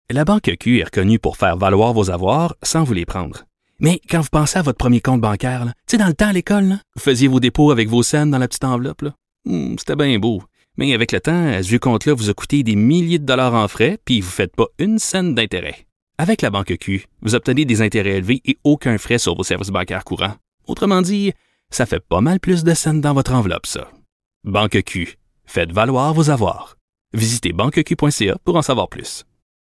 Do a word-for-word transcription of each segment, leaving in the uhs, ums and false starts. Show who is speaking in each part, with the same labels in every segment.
Speaker 1: La Banque Q est reconnue pour faire valoir vos avoirs sans vous les prendre. Mais quand vous pensez à votre premier compte bancaire, tu sais, dans le temps à l'école, là, vous faisiez vos dépôts avec vos scènes dans la petite enveloppe. Là. Hum, c'était bien beau. Mais avec le temps, à ce vieux compte-là vous a coûté des milliers de dollars en frais, puis vous ne faites pas une scène d'intérêt. Avec la Banque Q, vous obtenez des intérêts élevés et aucun frais sur vos services bancaires courants. Autrement dit, ça fait pas mal plus de scènes dans votre enveloppe, ça. Banque Q. Faites valoir vos avoirs. Visitez banque q point c a pour en savoir plus.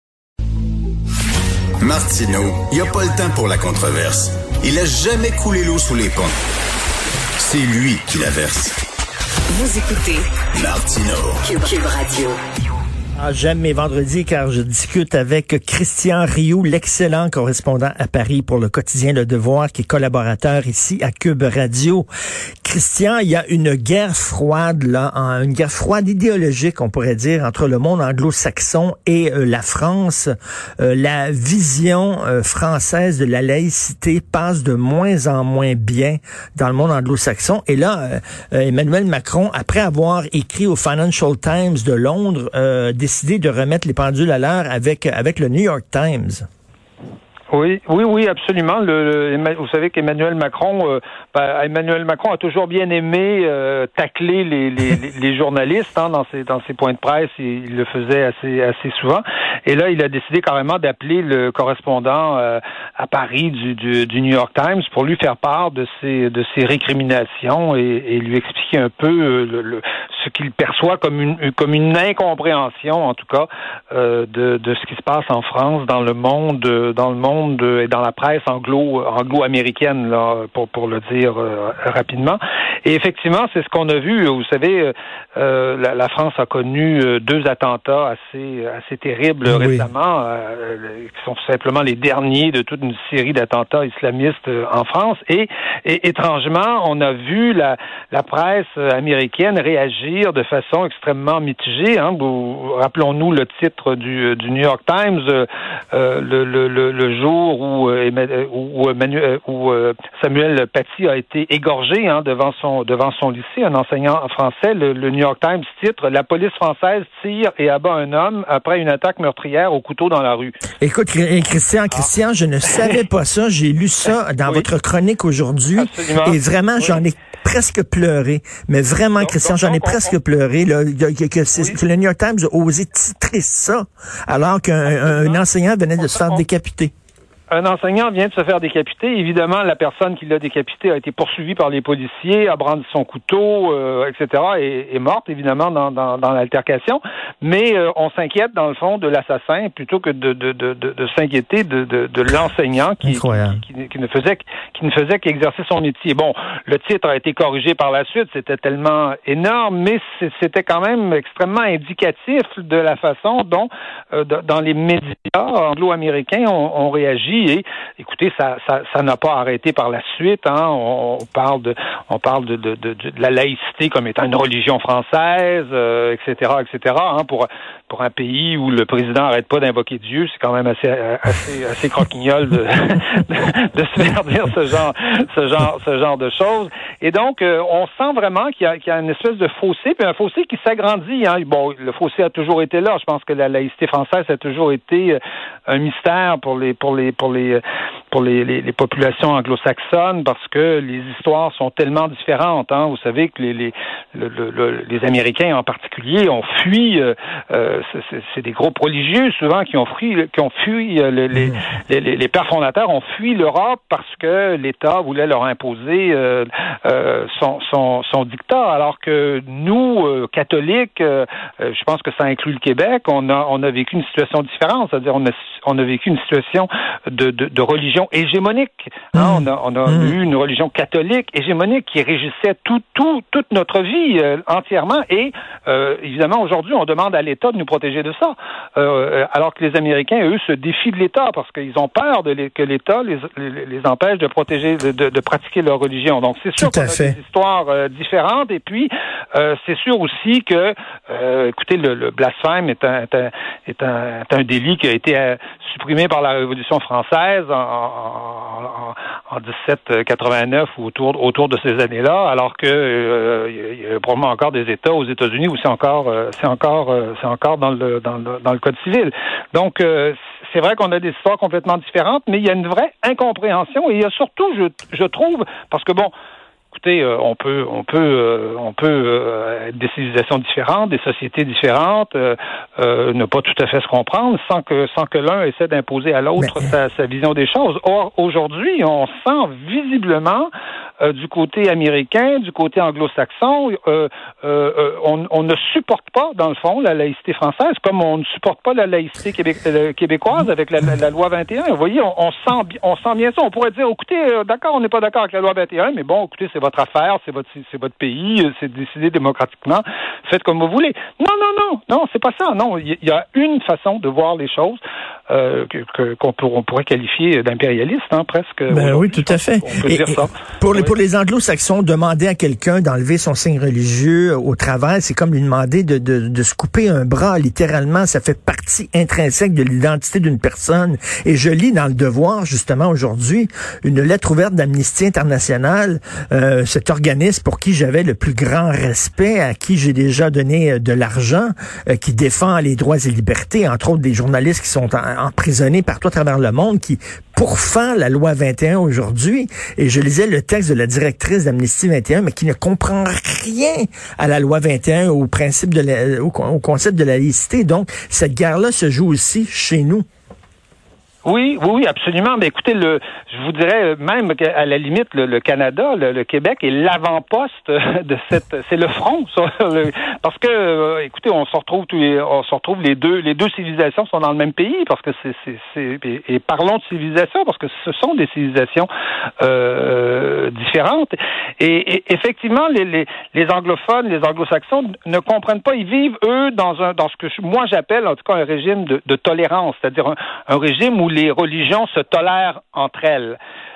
Speaker 2: Martineau, il n'y a pas le temps pour la controverse. Il a jamais coulé l'eau sous les ponts. C'est lui qui la verse.
Speaker 3: Vous écoutez
Speaker 2: Martineau.
Speaker 3: Cube, Cube Radio.
Speaker 4: Ah, j'aime mes vendredis car je discute avec Christian Rioux, l'excellent correspondant à Paris pour le quotidien Le Devoir, qui est collaborateur ici à Cube Radio. Christian, il y a une guerre froide, là, une guerre froide idéologique, on pourrait dire, entre le monde anglo-saxon et euh, la France. Euh, la vision euh, française de la laïcité passe de moins en moins bien dans le monde anglo-saxon. Et là, euh, euh, Emmanuel Macron, après avoir écrit au Financial Times de Londres, euh, décidé de remettre les pendules à l'heure avec avec le New York Times.
Speaker 5: Oui, oui, oui, absolument. Le, le, vous savez qu'Emmanuel Macron, euh, ben, Emmanuel Macron a toujours bien aimé euh, tacler les, les, les journalistes hein, dans ses dans ses points de presse. Il, il le faisait assez assez souvent. Et là, il a décidé carrément d'appeler le correspondant euh, à Paris du, du, du New York Times pour lui faire part de ses de ses récriminations et, et lui expliquer un peu euh, le, le, ce qu'il perçoit comme une comme une incompréhension, en tout cas, euh, de de ce qui se passe en France, dans le monde, dans le monde et dans la presse anglo anglo-américaine, là, pour pour le dire euh, rapidement. Et effectivement, c'est ce qu'on a vu. Vous savez, euh, la, la France a connu deux attentats assez assez terribles oui. récemment, euh, qui sont simplement les derniers de toute une série d'attentats islamistes en France. Et, et étrangement, on a vu la la presse américaine réagir de façon extrêmement mitigée. Hein. Vous, rappelons-nous le titre du, du New York Times, euh, le, le, le, le jour où, euh, où, Emmanuel, où euh, Samuel Paty a été égorgé hein, devant son devant son lycée, un enseignant français. Le, le New York Times titre « La police française tire et abat un homme après une attaque meurtrière au couteau dans la rue ».
Speaker 4: Écoute, Christian, Christian, ah. je ne savais pas ça. J'ai lu ça dans oui. votre chronique aujourd'hui. Absolument. Et vraiment, oui. j'en ai presque pleuré. Mais vraiment, donc, Christian, donc, j'en ai donc, presque on... pleuré. Là, que, que, c'est, oui. que le New York Times a osé titrer ça alors qu'un un, un enseignant venait de se faire décapiter.
Speaker 5: Un enseignant vient de se faire décapiter. Évidemment, la personne qui l'a décapité a été poursuivie par les policiers, a brandi son couteau, euh, et cetera, et est morte, évidemment, dans, dans, dans l'altercation. Mais euh, on s'inquiète, dans le fond, de l'assassin plutôt que de, de, de, de, de s'inquiéter de, de, de l'enseignant qui, qui, qui, qui ne faisait qui ne faisait qu'exercer son métier. Bon, le titre a été corrigé par la suite. C'était tellement énorme, mais c'était quand même extrêmement indicatif de la façon dont, euh, dans les médias anglo-américains, on, on réagit. Et écoutez, ça, ça, ça n'a pas arrêté par la suite. Hein. On, on parle de, on parle de, de, de, de la laïcité comme étant une religion française, euh, et cetera, et cetera. Hein, pour pour un pays où le président n'arrête pas d'invoquer Dieu, c'est quand même assez assez assez croquignol de, de, de se faire dire ce genre ce genre ce genre de choses. Et donc, euh, on sent vraiment qu'il y a, qu'il y a une espèce de fossé, puis un fossé qui s'agrandit. Hein. Bon, le fossé a toujours été là. Je pense que la laïcité française a toujours été un mystère pour les pour les pour les pour les, les, les populations anglo-saxonnes parce que les histoires sont tellement différentes. Hein. Vous savez que les les le, le, les Américains en particulier ont fui. Euh, c'est, c'est des groupes religieux souvent qui ont fui qui ont fui euh, les, les, les les pères fondateurs ont fui l'Europe parce que l'État voulait leur imposer euh, euh, son son son dictat. Alors que nous euh, catholiques, euh, je pense que ça inclut le Québec, on a on a vécu une situation différente. C'est-à-dire on a on a vécu une situation de, de, de religion hégémonique. Hein? Mmh. On a, on a mmh. eu une religion catholique hégémonique qui régissait tout, tout, toute notre vie euh, entièrement. Et euh, évidemment, aujourd'hui, on demande à l'État de nous protéger de ça. Euh, alors que les Américains, eux, se défient de l'État parce qu'ils ont peur de les, que l'État les, les, les empêche de protéger, de, de, de pratiquer leur religion. Donc, c'est sûr qu'on a fait. des histoires euh, différentes. Et puis, euh, c'est sûr aussi que, euh, écoutez, le, le blasphème est un, est un, est un, est un délit qui a été euh, supprimé par la Révolution française en, en, en dix-sept quatre-vingt-neuf ou autour autour de ces années-là, alors que euh, il y a probablement encore des États aux États-Unis où c'est encore euh, c'est encore euh, c'est encore dans le dans le dans le code civil. Donc euh, c'est vrai qu'on a des histoires complètement différentes, mais il y a une vraie incompréhension et il y a surtout, je je trouve, parce que bon. Écoutez, euh, on peut, on peut, euh, on peut euh, être des civilisations différentes, des sociétés différentes, euh, euh, ne pas tout à fait se comprendre, sans que, sans que l'un essaie d'imposer à l'autre Mais... sa, sa vision des choses. Or, aujourd'hui, on sent visiblement euh, du côté américain, du côté anglo-saxon, euh, euh, on, on ne supporte pas, dans le fond, la laïcité française, comme on ne supporte pas la laïcité québé- euh, québécoise avec la, la, la loi vingt et un. Vous voyez, on, on sent, on sent bien ça. On pourrait dire, écoutez, euh, d'accord, on n'est pas d'accord avec la loi vingt et un, mais bon, écoutez, c'est votre affaire, c'est votre c'est votre pays, c'est décidé démocratiquement, faites comme vous voulez. Non, non, non, non, c'est pas ça. Non, il y a une façon de voir les choses euh, que, que, qu'on pour, on pourrait qualifier d'impérialiste, hein, presque.
Speaker 4: Ben oui, tout à fait.
Speaker 5: On peut
Speaker 4: et,
Speaker 5: dire
Speaker 4: et
Speaker 5: ça.
Speaker 4: Pour,
Speaker 5: oui.
Speaker 4: les, pour les anglo-saxons, demander à quelqu'un d'enlever son signe religieux au travail, c'est comme lui demander de, de, de se couper un bras, littéralement. Ça fait partie intrinsèque de l'identité d'une personne. Et je lis dans Le Devoir, justement, aujourd'hui, une lettre ouverte d'Amnesty International, euh, cet organisme pour qui j'avais le plus grand respect, à qui j'ai déjà donné euh, de l'argent, euh, qui défend les droits et libertés, entre autres des journalistes qui sont en, emprisonnés partout à travers le monde, qui pourfend la loi vingt et un aujourd'hui. Et je lisais le texte de la directrice d'Amnesty vingt et un, mais qui ne comprend rien à la loi vingt et un, au principe de la, au, au concept de la laïcité. Donc, cette guerre-là se joue aussi chez nous.
Speaker 5: Oui, oui, oui, absolument. Mais écoutez, le, je vous dirais même qu'à la limite, le, le Canada, le, le Québec est l'avant-poste de cette, c'est le front, ça, le, parce que, euh, écoutez, on se retrouve tous les, on se retrouve les deux, les deux civilisations sont dans le même pays, parce que c'est, c'est, c'est et, et parlons de civilisation, parce que ce sont des civilisations euh, différentes. Et, et effectivement, les, les, les anglophones, les anglo-saxons ne comprennent pas. Ils vivent eux dans un, dans ce que je, moi j'appelle en tout cas un régime de, de tolérance, c'est-à-dire un, un régime où les religions se tolèrent entre elles.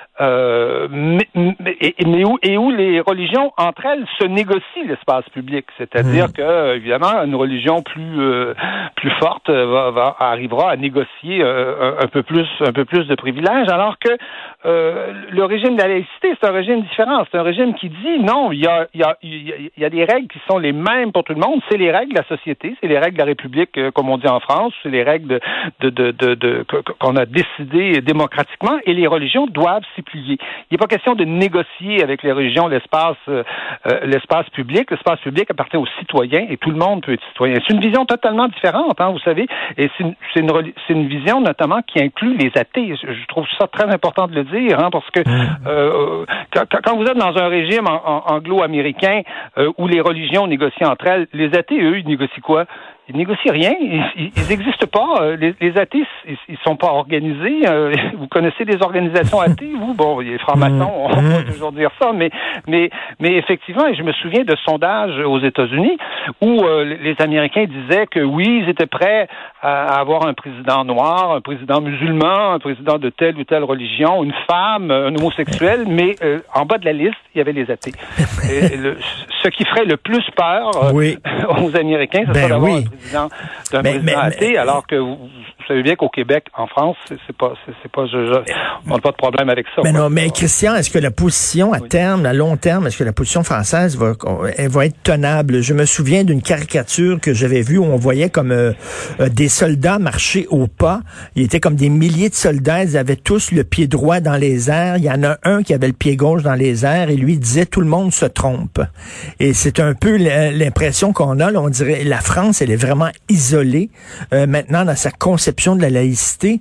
Speaker 5: Euh, mais, mais, mais où, et où les religions entre elles se négocient l'espace public, c'est-à-dire mmh. que évidemment une religion plus euh, plus forte va, va arrivera à négocier euh, un, un peu plus un peu plus de privilèges, alors que euh, le régime de la laïcité c'est un régime différent, c'est un régime qui dit non, il y a il y a il y a des règles qui sont les mêmes pour tout le monde, c'est les règles de la société, c'est les règles de la République euh, comme on dit en France, c'est les règles de de de, de, de qu'on a décidé démocratiquement et les religions doivent s'y plier. Il n'est pas question de négocier avec les religions l'espace euh, l'espace public. L'espace public appartient aux citoyens et tout le monde peut être citoyen. C'est une vision totalement différente, hein, vous savez, et c'est une, c'est une, c'est une vision notamment qui inclut les athées. Je, je trouve ça très important de le dire, hein, parce que euh, quand, quand vous êtes dans un régime en, en, anglo-américain euh, où les religions négocient entre elles, les athées, eux, ils négocient quoi? Ils négocient rien, ils n'existent pas. Les, les athées, ils, ils sont pas organisés. Vous connaissez des organisations athées, vous? Bon, les francs-maçons, on va toujours dire ça, mais mais mais effectivement, et je me souviens de sondages aux États-Unis où euh, les Américains disaient que oui, ils étaient prêts à avoir un président noir, un président musulman, un président de telle ou telle religion, une femme, un homosexuel, mais euh, en bas de la liste, il y avait les athées. Et le, ce qui ferait le plus peur euh, oui. aux Américains, ce serait ben d'avoir oui. un président, d'un mais, président mais, athée, mais, alors que vous, vous savez bien qu'au Québec, en France, c'est, c'est pas, c'est, c'est pas, je, je, on n'a pas de problème avec ça.
Speaker 4: Mais
Speaker 5: quoi.
Speaker 4: non, mais Christian, est-ce que la position à oui. terme, à long terme, est-ce que la position française va, elle va être tenable? Je me souviens d'une caricature que j'avais vue où on voyait comme euh, euh, des soldats marcher au pas. Il était comme des milliers de soldats, ils avaient tous le pied droit dans les airs. Il y en a un qui avait le pied gauche dans les airs et lui disait tout le monde se trompe. Et c'est un peu l'impression qu'on a. Là, on dirait la France, elle est vraiment isolée euh, maintenant dans sa conception de la laïcité.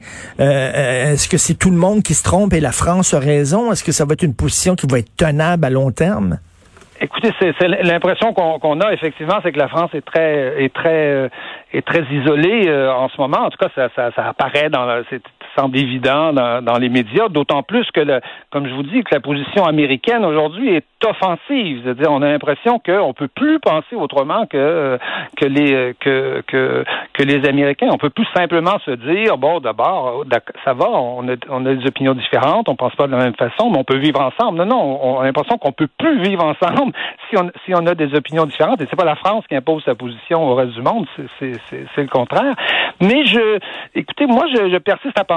Speaker 4: Euh, est-ce que c'est tout le monde qui se trompe et la France a raison? Est-ce que ça va être une position qui va être tenable à long terme?
Speaker 5: Écoutez, c'est, c'est l'impression qu'on, qu'on a effectivement, c'est que la France est très est très est très isolée euh, en ce moment. En tout cas, ça ça, ça apparaît dans la, c'est semble évident dans, dans les médias, d'autant plus que, le, comme je vous dis, que la position américaine aujourd'hui est offensive. C'est-à-dire, on a l'impression qu'on peut plus penser autrement que que les que que que les Américains. On peut plus simplement se dire bon, d'abord, ça va, on a on a des opinions différentes, on pense pas de la même façon, mais on peut vivre ensemble. Non, non, on a l'impression qu'on peut plus vivre ensemble si on si on a des opinions différentes. Et c'est pas la France qui impose sa position au reste du monde, c'est c'est c'est, c'est le contraire. Mais je, écoutez, moi, je, je persiste à penser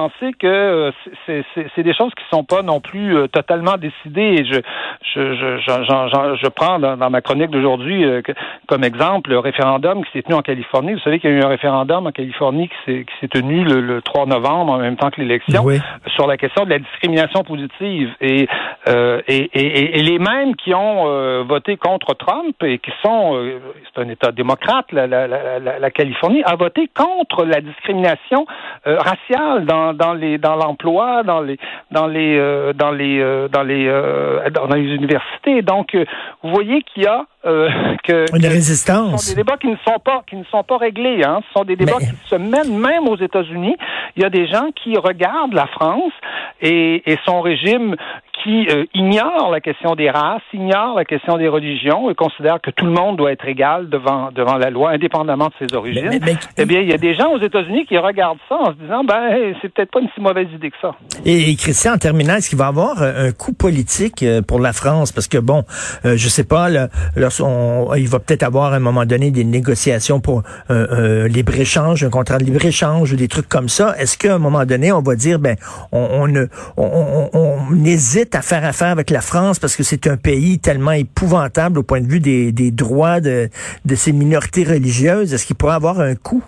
Speaker 5: penser que c'est, c'est, c'est des choses qui sont pas non plus euh, totalement décidées. Et je, je, je, je, je, je prends dans, dans ma chronique d'aujourd'hui euh, que, comme exemple le référendum qui s'est tenu en Californie. Vous savez qu'il y a eu un référendum en Californie qui s'est, qui s'est tenu le, le trois novembre en même temps que l'élection, oui, sur la question de la discrimination positive. Et, euh, et, et, et les mêmes qui ont euh, voté contre Trump et qui sont, euh, c'est un État démocrate, la, la, la, la, la Californie a voté contre la discrimination euh, raciale dans, dans les dans l'emploi, dans les dans les euh, dans les euh, dans les euh, dans les universités. Donc, euh, vous voyez qu'il y a euh, que
Speaker 4: une
Speaker 5: que
Speaker 4: résistance.
Speaker 5: Ce sont des débats qui ne sont pas qui ne sont pas réglés. Hein. Ce sont des débats Mais... qui se mènent même aux États-Unis. Il y a des gens qui regardent la France et, et son régime qui euh, ignore la question des races, ignore la question des religions et considère que tout le monde doit être égal devant devant la loi, indépendamment de ses origines. Mais, mais, mais... Eh bien, il y a des gens aux États-Unis qui regardent ça en se disant, ben, hey, c'est peut-être pas une si mauvaise idée que ça.
Speaker 4: Et, et Christian, en terminant, est-ce qu'il va y avoir un coup politique pour la France? Parce que, bon, euh, je sais pas, là, là, on, il va peut-être avoir à un moment donné des négociations pour euh, euh, libre-échange, un contrat de libre-échange ou des trucs comme ça. Est-ce qu'à un moment donné, on va dire, ben, on, on, on, on, on hésite à faire affaire avec la France parce que c'est un pays tellement épouvantable au point de vue des, des droits de, de ces minorités religieuses? Est-ce qu'il pourrait avoir un coût?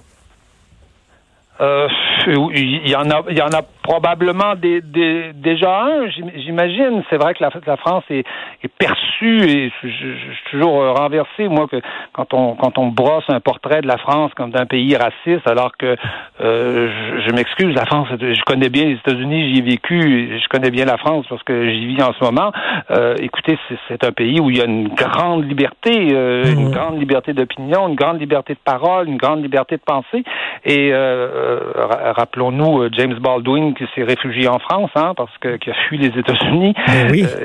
Speaker 5: Euh, il y en a, il y en a probablement des, des, déjà un, j'imagine. C'est vrai que la, la France est, est perçue et je, je, je suis toujours renversé, moi, que quand on quand on brosse un portrait de la France comme d'un pays raciste, alors que euh, je, je m'excuse, la France, je connais bien les États-Unis, j'y ai vécu, je connais bien la France parce que j'y vis en ce moment. Euh, écoutez, c'est, c'est un pays où il y a une grande liberté, euh, mmh. une grande liberté d'opinion, une grande liberté de parole, une grande liberté de pensée. Et euh, rappelons-nous James Baldwin qui s'est réfugié en France, hein, parce que qui a fui les États-Unis.
Speaker 4: Oui.
Speaker 5: Euh,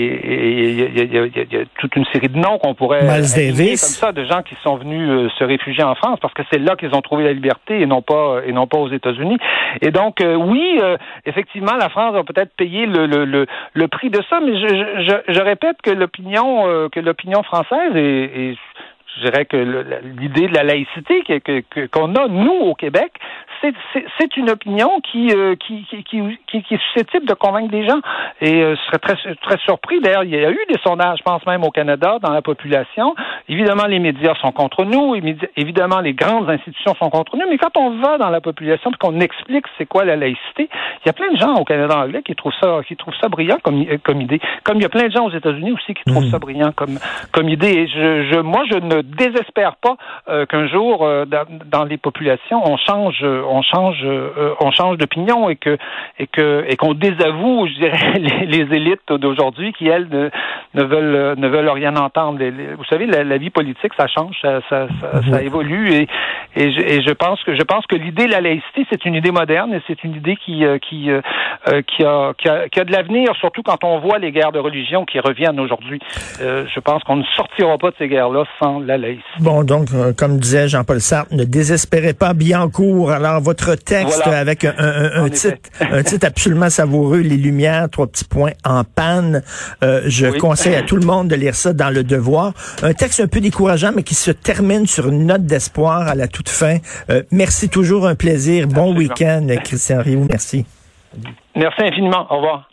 Speaker 5: et il y, y, y, y a toute une série de noms qu'on pourrait
Speaker 4: Miles Davis,
Speaker 5: comme ça, de gens qui sont venus euh, se réfugier en France parce que c'est là qu'ils ont trouvé la liberté et non pas et non pas aux États-Unis. Et donc euh, oui, euh, effectivement, la France va peut-être payer le le le, le prix de ça, mais je je, je répète que l'opinion euh, que l'opinion française est, est je dirais que le, l'idée de la laïcité que, que, que, qu'on a, nous, au Québec, c'est, c'est, c'est une opinion qui, euh, qui, qui, qui, qui, qui est susceptible de convaincre des gens. Et euh, je serais très, très surpris. D'ailleurs, il y a eu des sondages, je pense même au Canada, dans la population. Évidemment, les médias sont contre nous. Évidemment, les grandes institutions sont contre nous. Mais quand on va dans la population et qu'on explique c'est quoi la laïcité, il y a plein de gens au Canada anglais qui trouvent ça, qui trouvent ça brillant comme, comme idée. Comme il y a plein de gens aux États-Unis aussi qui trouvent mmh. ça brillant comme, comme idée. Et je, je, moi, je ne désespère pas euh, qu'un jour euh, dans, dans les populations on change on change euh, on change d'opinion et que et que et qu'on désavoue, je dirais, les, les élites d'aujourd'hui qui elles ne, ne veulent ne veulent rien entendre. Les, les, vous savez, la, la vie politique ça change, ça ça, ça, mmh. ça évolue et et je, et je pense que je pense que l'idée de la laïcité c'est une idée moderne et c'est une idée qui euh, qui euh, qui a qui a qui a de l'avenir, surtout quand on voit les guerres de religion qui reviennent aujourd'hui. Euh, je pense qu'on ne sortira pas de ces guerres-là sans la laïcité.
Speaker 4: Bon, donc, euh, comme disait Jean-Paul Sartre, ne désespérez pas Biancourt. Alors, votre texte voilà. avec un, un, un, titre, un titre absolument savoureux, Les Lumières, trois petits points en panne. Euh, je oui. conseille à tout le monde de lire ça dans Le Devoir. Un texte un peu décourageant, mais qui se termine sur une note d'espoir à la toute fin. Euh, merci, toujours un plaisir. Bon Absolument. Week-end, Christian Rioux. Merci.
Speaker 5: Merci infiniment. Au revoir.